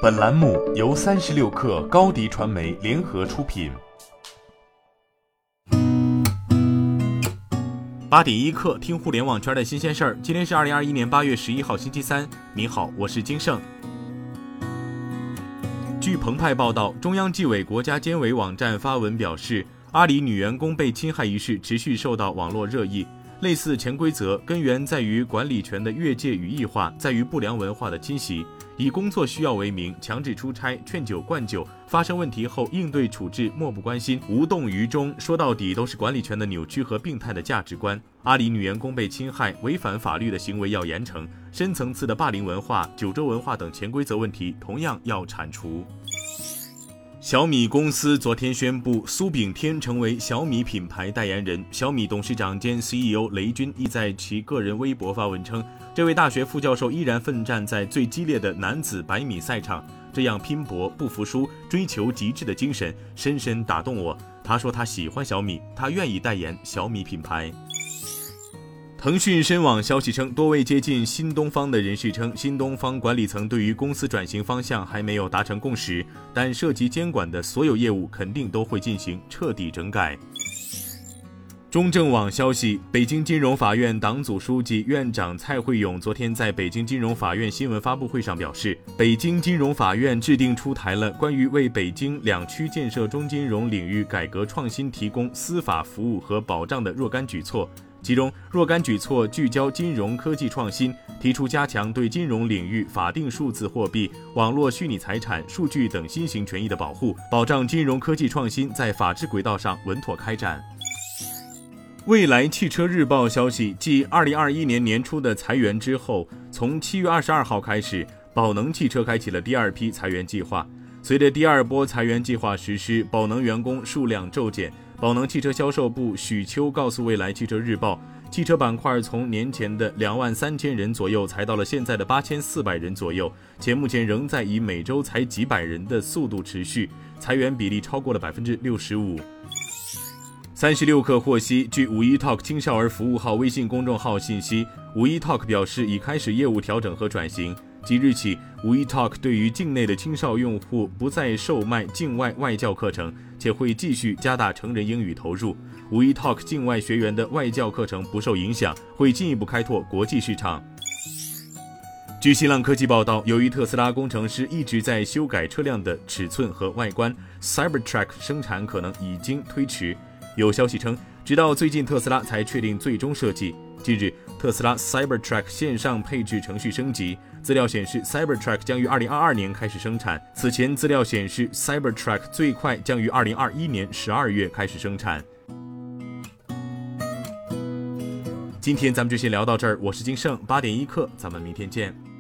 本栏目由36氪高迪传媒联合出品。 8点1刻，听互联网圈的新鲜事儿。今天是2021年8月11号，星期三。你好，我是金盛。据澎湃报道，中央纪委国家监委网站发文表示，阿里女员工被侵害一事持续受到网络热议。类似潜规则根源在于管理权的越界与异化，在于不良文化的侵袭。以工作需要为名，强制出差、劝酒灌酒，发生问题后应对处置漠不关心、无动于衷，说到底都是管理权的扭曲和病态的价值观。阿里女员工被侵害，违反法律的行为要严惩，深层次的霸凌文化、九州文化等潜规则问题同样要铲除。小米公司昨天宣布，苏炳添成为小米品牌代言人。小米董事长兼 CEO 雷军亦在其个人微博发文称，这位大学副教授依然奋战在最激烈的男子100米赛场，这样拼搏、不服输、追求极致的精神深深打动我。他说他喜欢小米，他愿意代言小米品牌。腾讯深网消息称，多位接近新东方的人士称，新东方管理层对于公司转型方向还没有达成共识，但涉及监管的所有业务肯定都会进行彻底整改。中证网消息，北京金融法院党组书记、院长蔡慧勇昨天在北京金融法院新闻发布会上表示，北京金融法院制定出台了关于为北京两区建设中金融领域改革创新提供司法服务和保障的若干举措。其中，若干举措聚焦金融科技创新，提出加强对金融领域法定数字货币、网络虚拟财产、数据等新型权益的保护，保障金融科技创新在法治轨道上稳妥开展。蔚来汽车日报消息，继2021年年初的裁员之后，从7月22号开始，宝能汽车开启了第二批裁员计划。随着第二波裁员计划实施，宝能员工数量骤减。宝能汽车销售部许秋告诉蔚来汽车日报，汽车板块从年前的23000人左右裁到了现在的8400人左右，且目前仍在以每周裁几百人的速度持续，裁员比例超过了65%。36氪获悉，据5.1talk 青少儿服务号微信公众号信息，5.1talk 表示已开始业务调整和转型。即日起，5.1talk 对于境内的青少用户不再售卖境外外教课程，且会继续加大成人英语投入。5.1talk 境外学员的外教课程不受影响，会进一步开拓国际市场。据新浪科技报道，由于特斯拉工程师一直在修改车辆的尺寸和外观， Cybertruck 生产可能已经推迟。有消息称，直到最近特斯拉才确定最终设计。近日，特斯拉 Cybertruck 线上配置程序升级，资料显示 Cybertruck 将于2022年开始生产。此前资料显示 Cybertruck 最快将于2021年12月开始生产。今天咱们就先聊到这儿，我是金盛，8点1刻，咱们明天见。